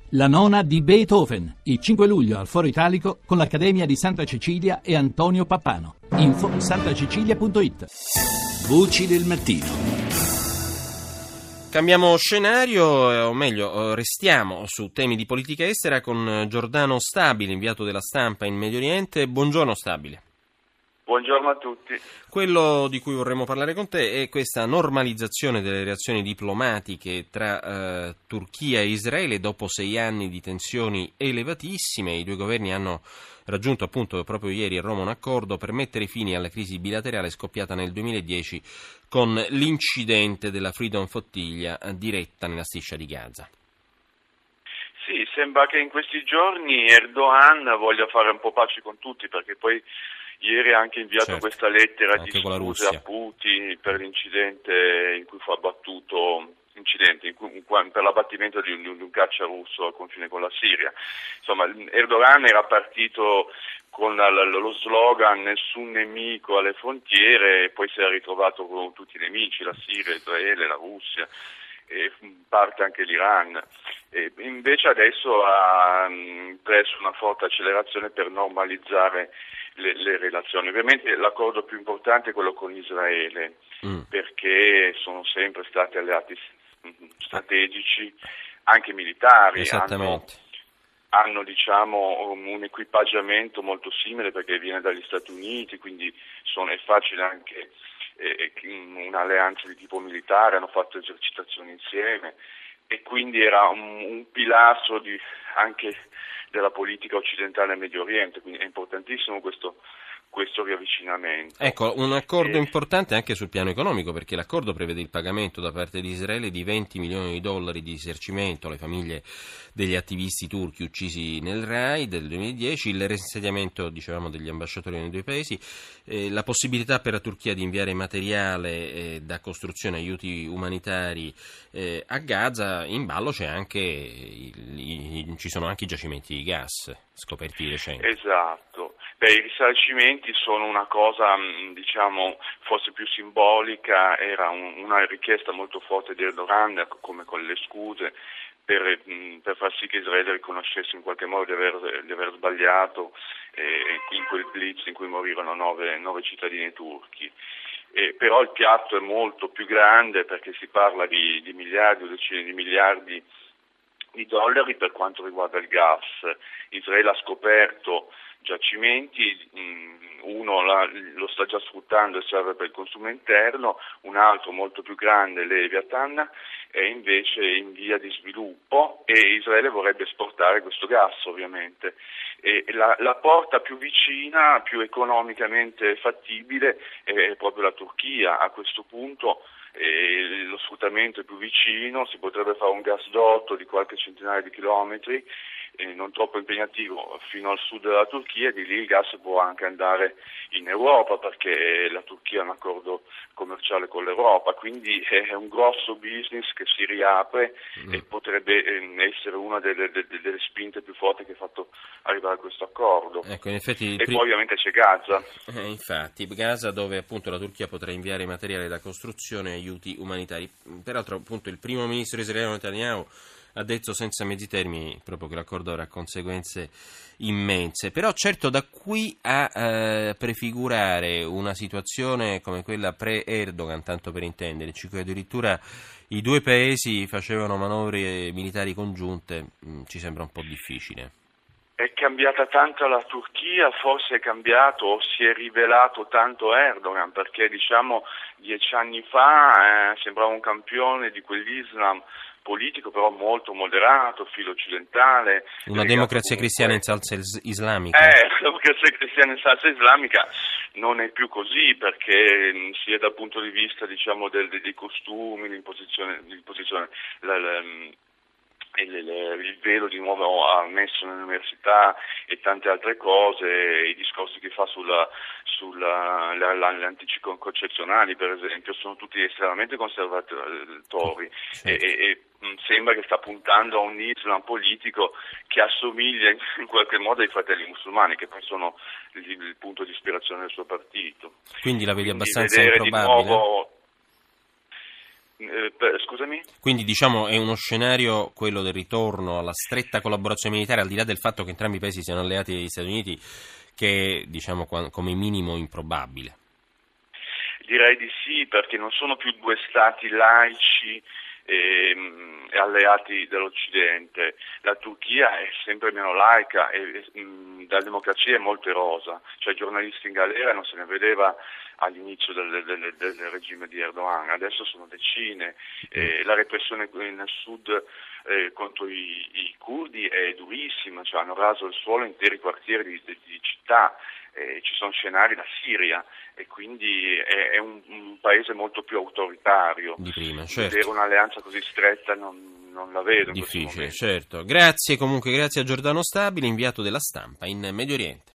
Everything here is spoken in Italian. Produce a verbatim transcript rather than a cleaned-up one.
La nona di Beethoven, il cinque luglio al Foro Italico con l'Accademia di Santa Cecilia e Antonio Pappano. Info santacecilia punto it. Voci del mattino. Cambiamo scenario, o meglio, restiamo su temi di politica estera con Giordano Stabile, inviato della Stampa in Medio Oriente. Buongiorno Stabile. Buongiorno a tutti. Quello di cui vorremmo parlare con te è questa normalizzazione delle relazioni diplomatiche tra eh, Turchia e Israele dopo sei anni di tensioni elevatissime. I due governi hanno raggiunto appunto proprio ieri a Roma un accordo per mettere fine alla crisi bilaterale scoppiata nel duemiladieci con l'incidente della Freedom Flotilla diretta nella striscia di Gaza. Sì, sembra che in questi giorni Erdogan voglia fare un po' pace con tutti, perché poi ieri ha anche inviato certo, questa lettera anche di con la scuse Russia a Putin per l'incidente in cui fu abbattuto incidente in cui, in cui, per l'abbattimento di un, di un caccia russo al confine con la Siria. Insomma, Erdogan era partito con la, la, lo slogan nessun nemico alle frontiere e poi si era ritrovato con tutti i nemici, la Siria, Israele, la Russia e parte anche l'Iran. E invece adesso ha preso una forte accelerazione per normalizzare le, le relazioni. Ovviamente l'accordo più importante è quello con Israele, mm. perché sono sempre stati alleati strategici, anche militari. Esattamente. Hanno, hanno diciamo un equipaggiamento molto simile perché viene dagli Stati Uniti, quindi sono, è facile anche eh, un'alleanza di tipo militare, hanno fatto esercitazioni insieme e quindi era un, un pilastro di, anche della politica occidentale nel Medio Oriente, quindi è importantissimo questo questo riavvicinamento. Ecco, un accordo e... importante anche sul piano economico, perché l'accordo prevede il pagamento da parte di Israele di venti milioni di dollari di risarcimento alle famiglie degli attivisti turchi uccisi nel raid del duemiladieci, il reinsediamento, dicevamo, degli ambasciatori nei due paesi, eh, la possibilità per la Turchia di inviare materiale eh, da costruzione, aiuti umanitari eh, a Gaza. In ballo c'è anche il, i, ci sono anche i giacimenti di gas scoperti di recente. Esatto. Beh, i risarcimenti sono una cosa, diciamo, forse più simbolica, era un, una richiesta molto forte di Erdogan, come con le scuse, per, per far sì che Israele riconoscesse in qualche modo di aver, di aver sbagliato eh, in quel blitz in cui morirono nove, nove cittadini turchi. Eh, però il piatto è molto più grande perché si parla di, di miliardi o decine di miliardi di dollari per quanto riguarda il gas. Israele ha scoperto giacimenti, uno la, lo sta già sfruttando e serve per il consumo interno, un altro molto più grande, Leviathan, è invece in via di sviluppo e Israele vorrebbe esportare questo gas ovviamente. E la, la porta più vicina, più economicamente fattibile è proprio la Turchia. A questo punto eh, lo sfruttamento è più vicino, si potrebbe fare un gasdotto di qualche centinaio di chilometri, eh, non troppo impegnativo, fino al sud della Turchia, e di lì il gas può anche andare in Europa perché la Turchia ha un accordo commerciale con l'Europa, quindi è un grosso business che si riapre mm. e potrebbe essere una delle, delle, delle spinte più forti che ha fatto arrivare a questo accordo. Ecco, in effetti, e prim- poi ovviamente c'è Gaza. Eh, infatti, Gaza dove appunto la Turchia potrà inviare materiale da costruzione e aiuti umanitari. Peraltro appunto il primo ministro israeliano Netanyahu ha detto senza mezzi termini proprio che l'accordo avrà conseguenze immense, però certo da qui a eh, prefigurare una situazione come quella pre-Erdogan, tanto per intenderci, in cui addirittura i due paesi facevano manovre militari congiunte, mh, ci sembra un po' difficile. È cambiata tanto la Turchia, forse è cambiato o si è rivelato tanto Erdogan, perché diciamo dieci anni fa eh, sembrava un campione di quell'Islam politico, però molto moderato, filo occidentale. Una democrazia comunque cristiana in salsa islamica. Eh, la democrazia cristiana in salsa islamica non è più così, perché sia dal punto di vista, diciamo, del, dei costumi, l'imposizione, l'imposizione la, la, il, il velo di nuovo ammesso nell'università e tante altre cose, i discorsi che fa sulla, sulla la, la, le anticoncezionali per esempio, sono tutti estremamente conservatori sì. e, e, e sembra che sta puntando a un Islam politico che assomiglia in qualche modo ai fratelli musulmani, che poi sono il, il punto di ispirazione del suo partito. Quindi la vedi Quindi abbastanza vedere improbabile? Di nuovo, Eh, per, scusami? Quindi diciamo è uno scenario, quello del ritorno alla stretta collaborazione militare, al di là del fatto che entrambi i paesi siano alleati degli Stati Uniti, che è diciamo come minimo improbabile. Direi di sì, perché non sono più due stati laici e, e alleati dell'Occidente. La Turchia è sempre meno laica e, e mh, la democrazia è molto erosa, cioè giornalisti in galera non se ne vedeva all'inizio del, del, del regime di Erdogan, adesso sono decine, eh, la repressione nel sud eh, contro i, i curdi è durissima, cioè hanno raso al suolo interi quartieri di, di, di città, eh, ci sono scenari da Siria e quindi è, è un, un paese molto più autoritario. Di prima, certo. Vedere un'alleanza così stretta non, non la vedo. Difficile, certo. Grazie comunque, grazie a Giordano Stabile, inviato della Stampa in Medio Oriente.